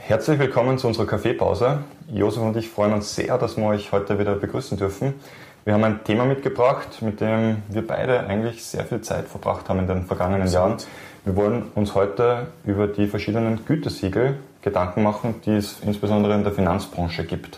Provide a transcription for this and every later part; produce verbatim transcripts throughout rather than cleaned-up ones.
Herzlich willkommen zu unserer Kaffeepause. Josef und ich freuen uns sehr, dass wir euch heute wieder begrüßen dürfen. Wir haben ein Thema mitgebracht, mit dem wir beide eigentlich sehr viel Zeit verbracht haben in den vergangenen Jahren. Wir wollen uns heute über die verschiedenen Gütesiegel Gedanken machen, die es insbesondere in der Finanzbranche gibt.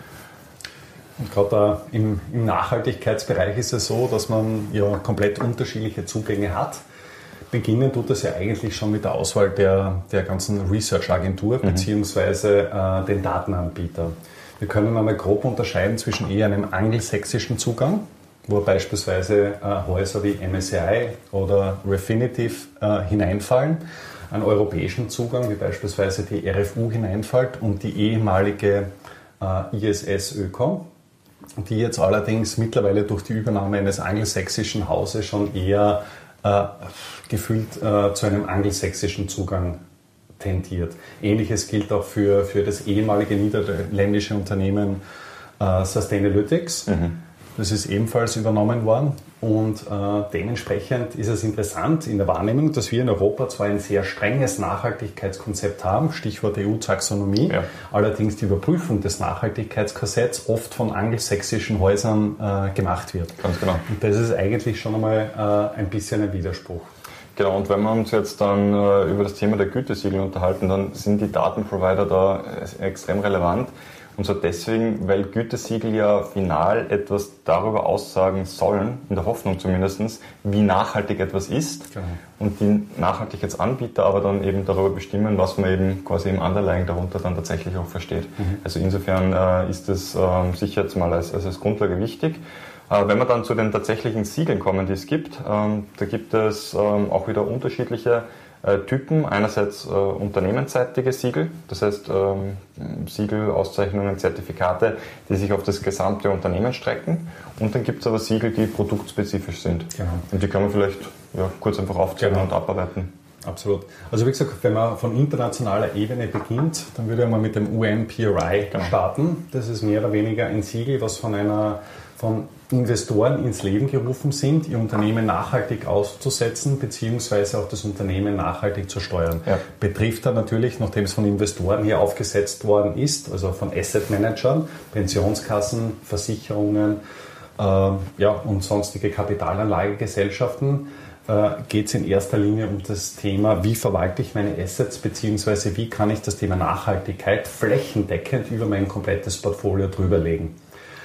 Und gerade im, im Nachhaltigkeitsbereich ist es so, dass man ja komplett unterschiedliche Zugänge hat. Beginnen tut das ja eigentlich schon mit der Auswahl der, der ganzen Research-Agentur mhm. bzw. Äh, den Datenanbieter. Wir können einmal grob unterscheiden zwischen eher einem angelsächsischen Zugang, wo beispielsweise äh, Häuser wie M S C I oder Refinitiv äh, hineinfallen, einen europäischen Zugang, wie beispielsweise die R F U hineinfällt und die ehemalige äh, I S S Öko, die jetzt allerdings mittlerweile durch die Übernahme eines angelsächsischen Hauses schon eher äh, gefühlt äh, zu einem angelsächsischen Zugang tendiert. Ähnliches gilt auch für, für das ehemalige niederländische Unternehmen äh, Sustainalytics. Mhm. Das ist ebenfalls übernommen worden und äh, dementsprechend ist es interessant in der Wahrnehmung, dass wir in Europa zwar ein sehr strenges Nachhaltigkeitskonzept haben, Stichwort E U-Taxonomie, ja. allerdings die Überprüfung des Nachhaltigkeitsgesetzes oft von angelsächsischen Häusern äh, gemacht wird. Ganz genau. Und das ist eigentlich schon einmal äh, ein bisschen ein Widerspruch. Genau, und wenn wir uns jetzt dann äh, über das Thema der Gütesiegel unterhalten, dann sind die Datenprovider da äh, extrem relevant. Und zwar deswegen, weil Gütesiegel ja final etwas darüber aussagen sollen, in der Hoffnung zumindest, wie nachhaltig etwas ist. Genau. Und die Nachhaltigkeitsanbieter aber dann eben darüber bestimmen, was man eben quasi im Underlying darunter dann tatsächlich auch versteht. Mhm. Also insofern äh, ist das äh, sicher jetzt mal als, als Grundlage wichtig. Äh, wenn wir dann zu den tatsächlichen Siegeln kommen, die es gibt, ähm, da gibt es ähm, auch wieder unterschiedliche Typen. Einerseits äh, unternehmensseitige Siegel, das heißt ähm, Siegel, Auszeichnungen, Zertifikate, die sich auf das gesamte Unternehmen strecken. Und dann gibt es aber Siegel, die produktspezifisch sind. Genau. Und die kann man vielleicht ja, kurz einfach aufzählen genau. und abarbeiten. Absolut. Also wie gesagt, wenn man von internationaler Ebene beginnt, dann würde man mit dem U N P R I genau. starten. Das ist mehr oder weniger ein Siegel, was von einer von Investoren ins Leben gerufen sind, ihr Unternehmen nachhaltig auszusetzen bzw. auch das Unternehmen nachhaltig zu steuern. Ja. Betrifft dann natürlich, nachdem es von Investoren hier aufgesetzt worden ist, also von Asset Managern, Pensionskassen, Versicherungen äh, ja, und sonstige Kapitalanlagegesellschaften, äh, geht es in erster Linie um das Thema, wie verwalte ich meine Assets bzw. wie kann ich das Thema Nachhaltigkeit flächendeckend über mein komplettes Portfolio drüberlegen.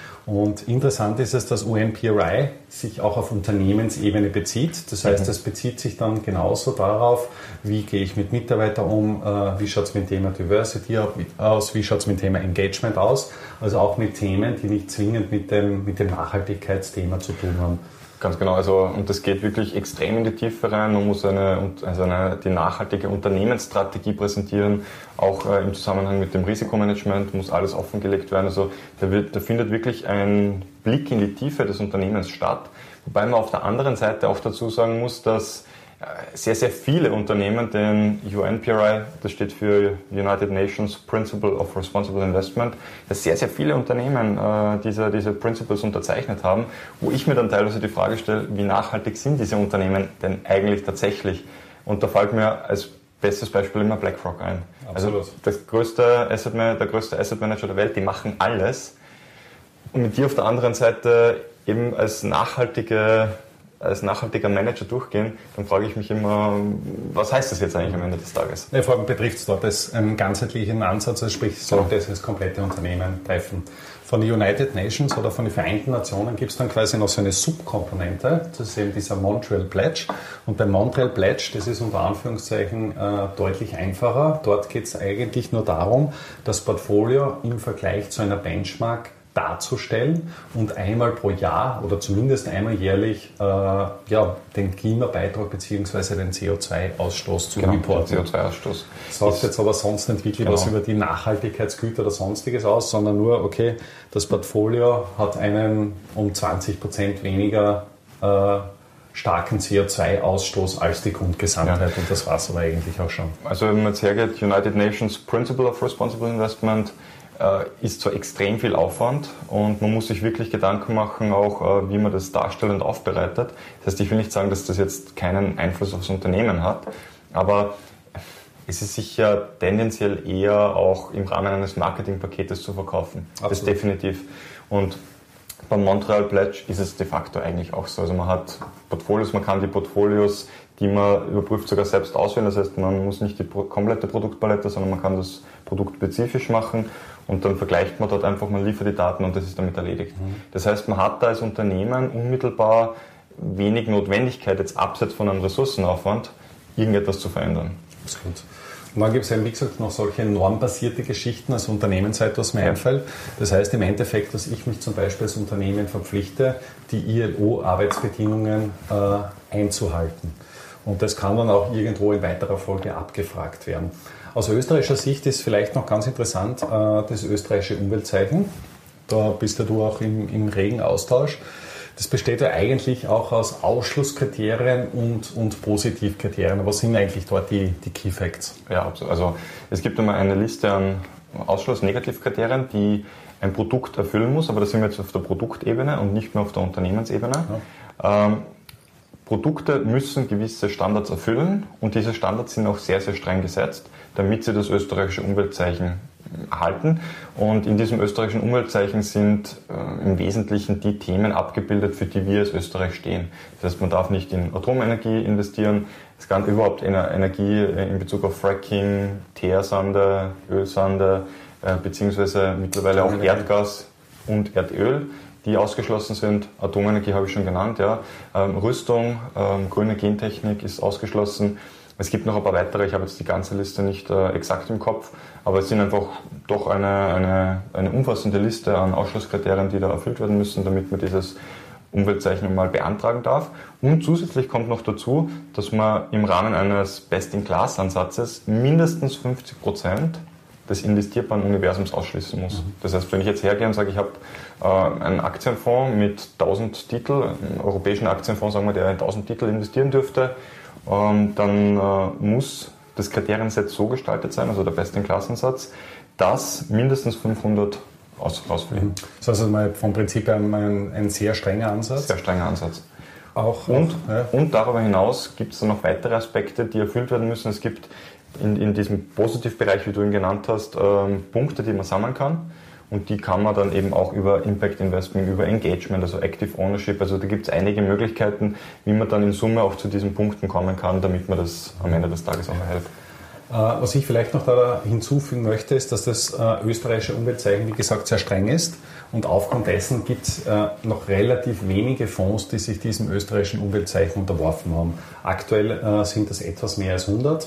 Und interessant ist es, dass U N P R I sich auch auf Unternehmensebene bezieht. Das heißt, es bezieht sich dann genauso darauf, wie gehe ich mit Mitarbeitern um, wie schaut es mit dem Thema Diversity aus, wie schaut es mit dem Thema Engagement aus. Also auch mit Themen, die nicht zwingend mit dem, mit dem Nachhaltigkeitsthema zu tun haben. Ganz genau, also und das geht wirklich extrem in die Tiefe rein. Man muss eine, also eine, die nachhaltige Unternehmensstrategie präsentieren, auch äh, im Zusammenhang mit dem Risikomanagement muss alles offengelegt werden. Also da, wird, da findet wirklich ein Blick in die Tiefe des Unternehmens statt. Wobei man auf der anderen Seite auch dazu sagen muss, dass sehr, sehr viele Unternehmen den U N P R I, das steht für United Nations Principle of Responsible Investment, dass sehr, sehr viele Unternehmen äh, diese, diese Principles unterzeichnet haben, wo ich mir dann teilweise die Frage stelle, wie nachhaltig sind diese Unternehmen denn eigentlich tatsächlich? Und da fällt mir als bestes Beispiel immer BlackRock ein. Absolut. Also das größte Asset, der größte Asset Manager der Welt, die machen alles. Und mit dir auf der anderen Seite eben als nachhaltige als nachhaltiger Manager durchgehen, dann frage ich mich immer, was heißt das jetzt eigentlich am Ende des Tages? Ja, vor allem betrifft es dort das einen ganzheitlichen Ansatz, also sprich, sollte es das komplette Unternehmen treffen. Von den United Nations oder von den Vereinten Nationen gibt es dann quasi noch so eine Subkomponente, das ist eben dieser Montreal Pledge. Und beim Montreal Pledge, das ist unter Anführungszeichen äh, deutlich einfacher. Dort geht es eigentlich nur darum, das Portfolio im Vergleich zu einer Benchmark darzustellen und einmal pro Jahr oder zumindest einmal jährlich äh, ja, den Klimabeitrag bzw. den C O zwei Ausstoß zu genau, reporten. C O zwei Ausstoß. Sagt jetzt aber sonst nicht wirklich genau. was über die Nachhaltigkeitsgüter oder sonstiges aus, sondern nur, okay, das Portfolio hat einen um zwanzig Prozent weniger äh, starken C O zwei Ausstoß als die Grundgesamtheit ja. und das war es aber eigentlich auch schon. Also wenn man jetzt hergeht, United Nations Principle of Responsible Investment ist zwar extrem viel Aufwand und man muss sich wirklich Gedanken machen, auch wie man das darstellt und aufbereitet. Das heißt, ich will nicht sagen, dass das jetzt keinen Einfluss aufs Unternehmen hat, aber es ist sicher tendenziell eher auch im Rahmen eines Marketingpaketes zu verkaufen. Absolut. Das definitiv. Und beim Montreal Pledge ist es de facto eigentlich auch so. Also man hat Portfolios, man kann die Portfolios, die man überprüft, sogar selbst auswählen. Das heißt, man muss nicht die komplette Produktpalette, sondern man kann das Produkt spezifisch machen und dann vergleicht man dort einfach, man liefert die Daten und das ist damit erledigt. Mhm. Das heißt, man hat da als Unternehmen unmittelbar wenig Notwendigkeit, jetzt abseits von einem Ressourcenaufwand, irgendetwas zu verändern. Das ist gut. Und dann gibt es eben, wie gesagt, noch solche normbasierte Geschichten als Unternehmensseite, was mir ja. einfällt. Das heißt im Endeffekt, dass ich mich zum Beispiel als Unternehmen verpflichte, die I L O-Arbeitsbedingungen äh, einzuhalten. Und das kann dann auch irgendwo in weiterer Folge abgefragt werden. Aus österreichischer Sicht ist vielleicht noch ganz interessant äh, das österreichische Umweltzeichen. Da bist ja du auch im, im regen Austausch. Das besteht ja eigentlich auch aus Ausschlusskriterien und, und Positivkriterien. Was sind eigentlich dort die, die Key Facts? Ja, absolut. Also es gibt immer eine Liste an Ausschluss-Negativkriterien, die ein Produkt erfüllen muss, aber das sind wir jetzt auf der Produktebene und nicht mehr auf der Unternehmensebene. Ja. Ähm, Produkte müssen gewisse Standards erfüllen und diese Standards sind auch sehr, sehr streng gesetzt, damit sie das österreichische Umweltzeichen erhalten. Und in diesem österreichischen Umweltzeichen sind äh, im Wesentlichen die Themen abgebildet, für die wir als Österreich stehen. Das heißt, man darf nicht in Atomenergie investieren, es kann überhaupt Energie in Bezug auf Fracking, Teersande, Ölsande, äh, beziehungsweise mittlerweile auch Erdgas und Erdöl, die ausgeschlossen sind. Atomenergie habe ich schon genannt, ja. Ähm, Rüstung, ähm, grüne Gentechnik ist ausgeschlossen. Es gibt noch ein paar weitere, ich habe jetzt die ganze Liste nicht äh, exakt im Kopf, aber es sind einfach doch eine, eine, eine umfassende Liste an Ausschlusskriterien, die da erfüllt werden müssen, damit man dieses Umweltzeichen mal beantragen darf. Und zusätzlich kommt noch dazu, dass man im Rahmen eines Best-in-Class-Ansatzes mindestens fünfzig Prozent des investierbaren Universums ausschließen muss. Mhm. Das heißt, wenn ich jetzt hergehe und sage, ich habe äh, einen Aktienfonds mit tausend Titel, einen europäischen Aktienfonds, sagen wir, der in tausend Titel investieren dürfte, ähm, dann äh, muss das Kriterienset so gestaltet sein, also der Best-in-Class-Ansatz, dass mindestens fünfhundert aus, rausfliegen. Das heißt also mal vom Prinzip her ein, ein sehr strenger Ansatz? Sehr strenger Ansatz. Auch, und, auch, ja. und darüber hinaus gibt es dann noch weitere Aspekte, die erfüllt werden müssen. Es gibt in, in diesem Positivbereich, wie du ihn genannt hast, ähm, Punkte, die man sammeln kann. Und die kann man dann eben auch über Impact Investing, über Engagement, also Active Ownership, also da gibt es einige Möglichkeiten, wie man dann in Summe auch zu diesen Punkten kommen kann, damit man das am Ende des Tages auch erhält. Was ich vielleicht noch da hinzufügen möchte, ist, dass das österreichische Umweltzeichen, wie gesagt, sehr streng ist. Und aufgrund dessen gibt es noch relativ wenige Fonds, die sich diesem österreichischen Umweltzeichen unterworfen haben. Aktuell sind das etwas mehr als hundert.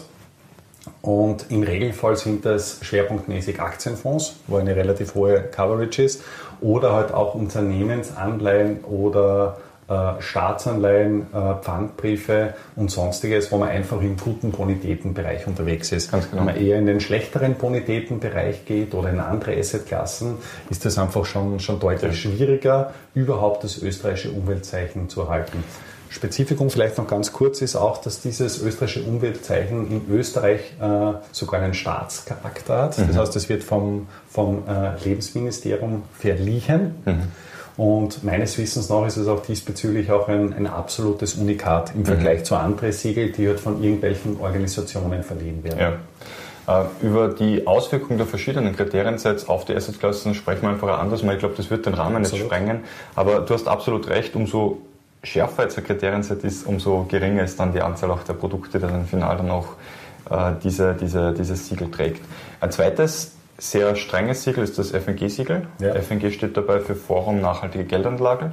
Und im Regelfall sind das schwerpunktmäßig Aktienfonds, wo eine relativ hohe Coverage ist, oder halt auch Unternehmensanleihen oder äh, Staatsanleihen, äh, Pfandbriefe und sonstiges, wo man einfach im guten Bonitätenbereich unterwegs ist. Ganz genau. Wenn man eher in den schlechteren Bonitätenbereich geht oder in andere Assetklassen, ist das einfach schon, schon deutlich schwieriger, überhaupt das österreichische Umweltzeichen zu erhalten. Spezifikum vielleicht noch ganz kurz ist auch, dass dieses österreichische Umweltzeichen in Österreich äh, sogar einen Staatscharakter hat. Mhm. Das heißt, es wird vom, vom äh, Lebensministerium verliehen. Mhm. Und meines Wissens nach ist es auch diesbezüglich auch ein, ein absolutes Unikat im Vergleich mhm. zu anderen Siegeln, die halt von irgendwelchen Organisationen verliehen werden. Ja. Über die Auswirkungen der verschiedenen Kriteriensets auf die Assetklassen sprechen wir einfach anders mal. Ich glaube, das wird den Rahmen nicht sprengen. Aber du hast absolut recht, umso schärfer jetzt ein Kriterienset ist, umso geringer ist dann die Anzahl auch der Produkte, die dann im Final dann auch äh, diese, diese, dieses Siegel trägt. Ein zweites sehr strenges Siegel ist das F N G-Siegel. Ja. F N G steht dabei für Forum Nachhaltige Geldanlagen.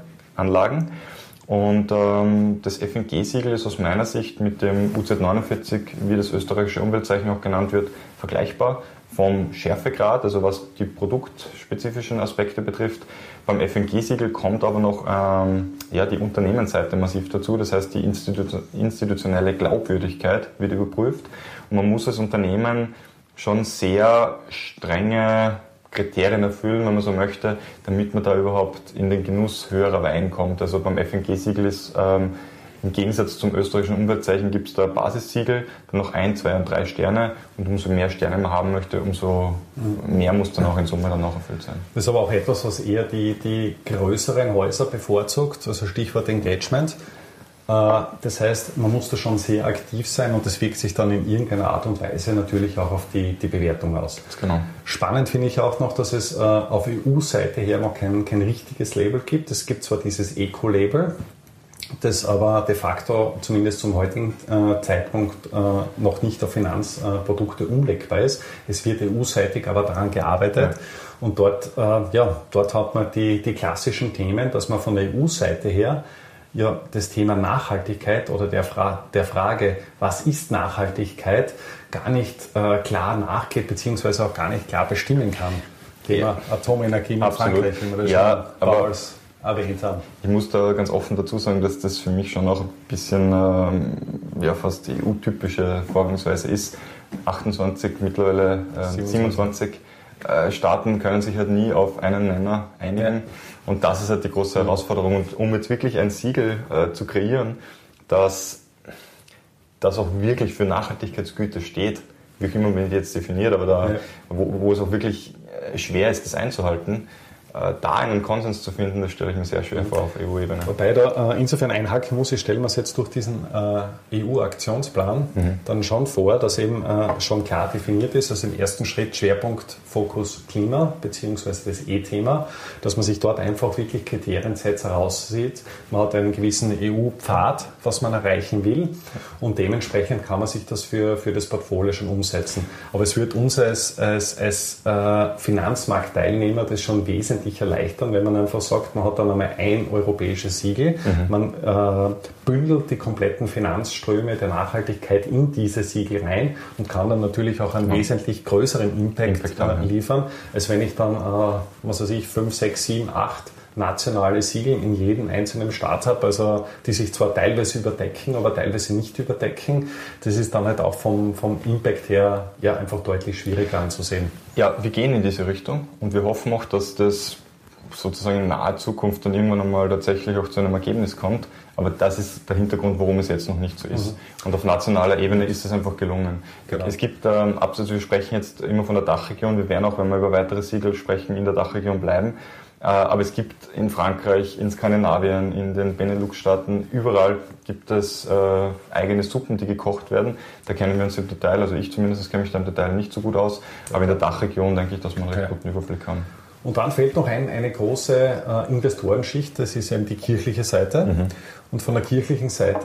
Und ähm, das F N G-Siegel ist aus meiner Sicht mit dem U Z neunundvierzig, wie das österreichische Umweltzeichen auch genannt wird, vergleichbar. Vom Schärfegrad, also was die produktspezifischen Aspekte betrifft. Beim F N G-Siegel kommt aber noch ähm, ja, die Unternehmensseite massiv dazu. Das heißt, die Institu- institutionelle Glaubwürdigkeit wird überprüft. Und man muss als Unternehmen schon sehr strenge Kriterien erfüllen, wenn man so möchte, damit man da überhaupt in den Genuss höherer Wein kommt. Also beim F N G-Siegel ist ähm, im Gegensatz zum österreichischen Umweltzeichen gibt es da Basissiegel, dann noch ein, zwei und drei Sterne und umso mehr Sterne man haben möchte, umso mehr muss dann auch in Summe dann auch erfüllt sein. Das ist aber auch etwas, was eher die, die größeren Häuser bevorzugt, also Stichwort Engagement. Das heißt, man muss da schon sehr aktiv sein und das wirkt sich dann in irgendeiner Art und Weise natürlich auch auf die, die Bewertung aus. Genau. Spannend finde ich auch noch, dass es auf E U-Seite her noch kein, kein richtiges Label gibt. Es gibt zwar dieses Eco-Label, das aber de facto, zumindest zum heutigen äh, Zeitpunkt, äh, noch nicht auf Finanzprodukte umlegbar ist. Es wird E U-seitig aber daran gearbeitet. Ja. Und dort, äh, ja, dort hat man die, die klassischen Themen, dass man von der E U-Seite her ja, das Thema Nachhaltigkeit oder der, Fra- der Frage, was ist Nachhaltigkeit, gar nicht äh, klar nachgeht, beziehungsweise auch gar nicht klar bestimmen kann. Thema ja. Atomenergie mit Absolut. Frankreich, wie wir das ja, schon aber als erwähnt haben. Ich muss da ganz offen dazu sagen, dass das für mich schon auch ein bisschen ähm, ja, fast E U-typische Vorgangsweise ist. achtundzwanzig, mittlerweile äh, siebenundzwanzig äh, Staaten können sich halt nie auf einen Nenner einigen. Ja. Und das ist halt die große Herausforderung. Und um jetzt wirklich ein Siegel äh, zu kreieren, das, das auch wirklich für Nachhaltigkeitsgüter steht, wie auch immer man die jetzt definiert, aber da, ja. wo, wo es auch wirklich schwer ist, das einzuhalten, äh, da einen Konsens zu finden, das stelle ich mir sehr schwer vor auf E U-Ebene. Wobei da äh, insofern einhaken muss, ich stelle mir es jetzt durch diesen äh, E U-Aktionsplan mhm. dann schon vor, dass eben äh, schon klar definiert ist, also im ersten Schritt Schwerpunkt, Fokus Klima, beziehungsweise das E-Thema, dass man sich dort einfach wirklich Kriteriensets heraussieht. Man hat einen gewissen E U-Pfad, was man erreichen will und dementsprechend kann man sich das für, für das Portfolio schon umsetzen. Aber es wird uns als, als, als äh, Finanzmarktteilnehmer das schon wesentlich erleichtern, wenn man einfach sagt, man hat dann einmal ein europäisches Siegel, mhm. man äh, bündelt die kompletten Finanzströme der Nachhaltigkeit in diese Siegel rein und kann dann natürlich auch einen ja. wesentlich größeren Impact, Impact äh, liefern, als wenn ich dann, äh, was weiß ich, fünf, sechs, sieben, acht nationale Siegel in jedem einzelnen Staat habe, also die sich zwar teilweise überdecken, aber teilweise nicht überdecken. Das ist dann halt auch vom, vom Impact her ja einfach deutlich schwieriger anzusehen. Ja, wir gehen in diese Richtung und wir hoffen auch, dass das sozusagen in naher Zukunft dann irgendwann einmal tatsächlich auch zu einem Ergebnis kommt. Aber das ist der Hintergrund, warum es jetzt noch nicht so ist. Mhm. Und auf nationaler Ebene ist es einfach gelungen. Genau. Es gibt, ähm, absolut, wir sprechen jetzt immer von der Dachregion, wir werden auch, wenn wir über weitere Siegel sprechen, in der Dachregion bleiben. Aber es gibt in Frankreich, in Skandinavien, in den Benelux-Staaten, überall gibt es äh, eigene Suppen, die gekocht werden. Da kennen wir uns im Detail, also ich zumindest kenne mich da im Detail nicht so gut aus, aber in der Dachregion denke ich, dass man einen recht guten Überblick haben. Und dann fehlt noch ein, eine große äh, Investorenschicht, das ist eben die kirchliche Seite. Mhm. Und von der kirchlichen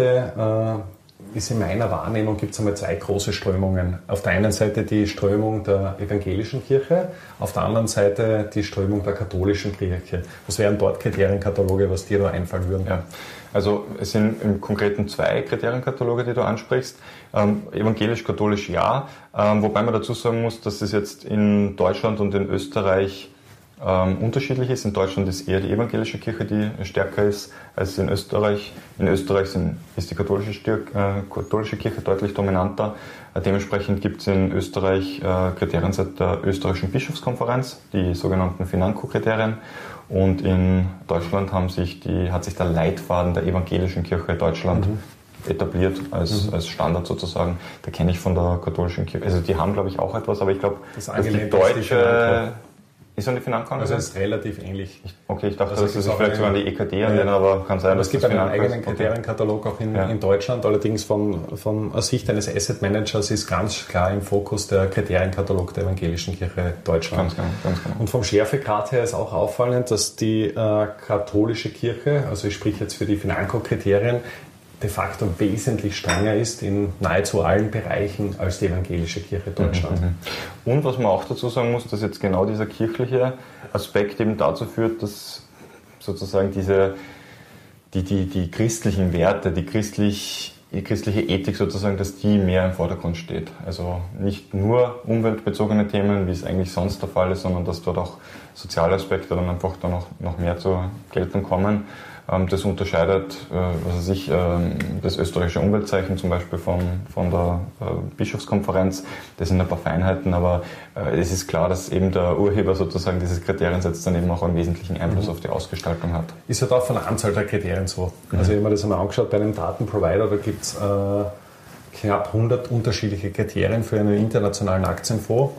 Seite äh, ist in meiner Wahrnehmung, gibt es einmal zwei große Strömungen. Auf der einen Seite die Strömung der evangelischen Kirche, auf der anderen Seite die Strömung der katholischen Kirche. Was wären dort Kriterienkataloge, was dir da einfallen würden? Ja. Also es sind im Konkreten zwei Kriterienkataloge, die du ansprichst. Ähm, evangelisch-katholisch ja, ähm, wobei man dazu sagen muss, dass es jetzt in Deutschland und in Österreich Ähm, unterschiedlich ist. In Deutschland ist eher die evangelische Kirche, die stärker ist als in Österreich. In Österreich sind, ist die katholische, Stärk, äh, katholische Kirche deutlich dominanter. Äh, dementsprechend gibt es in Österreich äh, Kriterien seit der österreichischen Bischofskonferenz, die sogenannten Financo-Kriterien. Und in Deutschland haben sich die, hat sich der Leitfaden der evangelischen Kirche Deutschland mhm. etabliert als, mhm. als Standard sozusagen. Da kenne ich von der katholischen Kirche. Also die haben, glaube ich, auch etwas, aber ich glaube, dass die deutsche... Ist an die Finanzkonferenz? Also es ist relativ ähnlich. Okay, ich dachte, also dass es sich vielleicht sogar an die E K D ja, anlehnen, aber kann sein, aber dass es gibt das einen eigenen Kriterienkatalog auch in, ja. in Deutschland, allerdings von, von aus Sicht eines Asset Managers ist ganz klar im Fokus der Kriterienkatalog der evangelischen Kirche Deutschland. Ganz genau, ganz genau. Und vom Schärfegrad her ist auch auffallend, dass die äh, katholische Kirche, also ich spreche jetzt für die Financo-Kriterien, de facto wesentlich strenger ist in nahezu allen Bereichen als die evangelische Kirche Deutschland. Mhm, und was man auch dazu sagen muss, dass jetzt genau dieser kirchliche Aspekt eben dazu führt, dass sozusagen diese, die, die, die christlichen Werte, die, christlich, die christliche Ethik sozusagen, dass die mehr im Vordergrund steht. Also nicht nur umweltbezogene Themen, wie es eigentlich sonst der Fall ist, sondern dass dort auch soziale Aspekte dann einfach dann noch, noch mehr zur Geltung kommen. Das unterscheidet, was weiß ich, das österreichische Umweltzeichen zum Beispiel von, von der Bischofskonferenz. Das sind ein paar Feinheiten, aber es ist klar, dass eben der Urheber sozusagen dieses Kriteriensatz dann eben auch einen wesentlichen Einfluss mhm. auf die Ausgestaltung hat. Ist ja halt auch von der Anzahl der Kriterien so. Mhm. Also ich habe mir das einmal angeschaut bei einem Datenprovider, da gibt es äh, knapp hundert unterschiedliche Kriterien für einen internationalen Aktienfonds.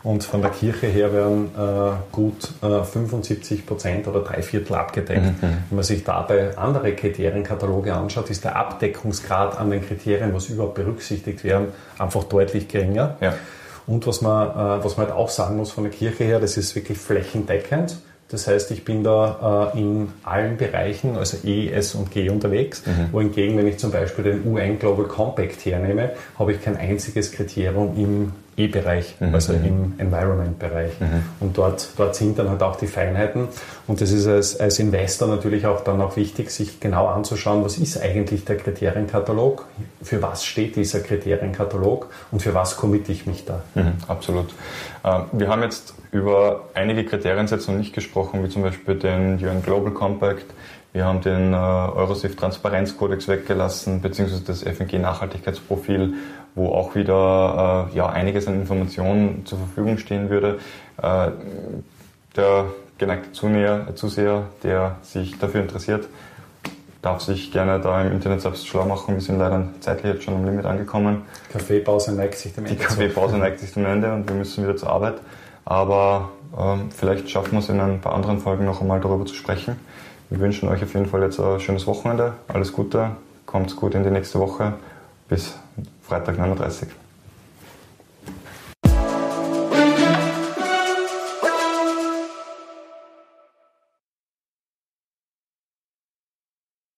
und von der Kirche her werden äh, gut äh, fünfundsiebzig Prozent oder drei Viertel abgedeckt. Mhm. Wenn man sich dabei andere Kriterienkataloge anschaut, ist der Abdeckungsgrad an den Kriterien, was überhaupt berücksichtigt werden, einfach deutlich geringer. Ja. Und was man, äh, was man halt auch sagen muss von der Kirche her, das ist wirklich flächendeckend. Das heißt, ich bin da äh, in allen Bereichen, also E, S und G unterwegs, mhm. wohingegen, wenn ich zum Beispiel den U N Global Compact hernehme, habe ich kein einziges Kriterium im E-Bereich, mhm. also im Environment-Bereich. Mhm. Und dort, dort sind dann halt auch die Feinheiten. Und das ist als, als Investor natürlich auch dann auch wichtig, sich genau anzuschauen, was ist eigentlich der Kriterienkatalog, für was steht dieser Kriterienkatalog und für was committe ich mich da. Mhm, absolut. Äh, wir haben jetzt über einige Kriteriensätze noch nicht gesprochen, wie zum Beispiel den U N Global Compact. Wir haben den äh, Eurosif Transparenzkodex weggelassen, beziehungsweise das F N G Nachhaltigkeitsprofil, wo auch wieder äh, ja, einiges an Informationen zur Verfügung stehen würde. Äh, der geneigte Zuseher, Zuseher, der sich dafür interessiert, darf sich gerne da im Internet selbst schlau machen. Wir sind leider zeitlich jetzt schon am Limit angekommen. Die Kaffeepause neigt sich dem Ende. Die Kaffeepause neigt sich dem Ende und wir müssen wieder zur Arbeit. Aber ähm, vielleicht schaffen wir es in ein paar anderen Folgen noch einmal darüber zu sprechen. Wir wünschen euch auf jeden Fall jetzt ein schönes Wochenende. Alles Gute, kommt gut in die nächste Woche. Bis Freitag neununddreißig.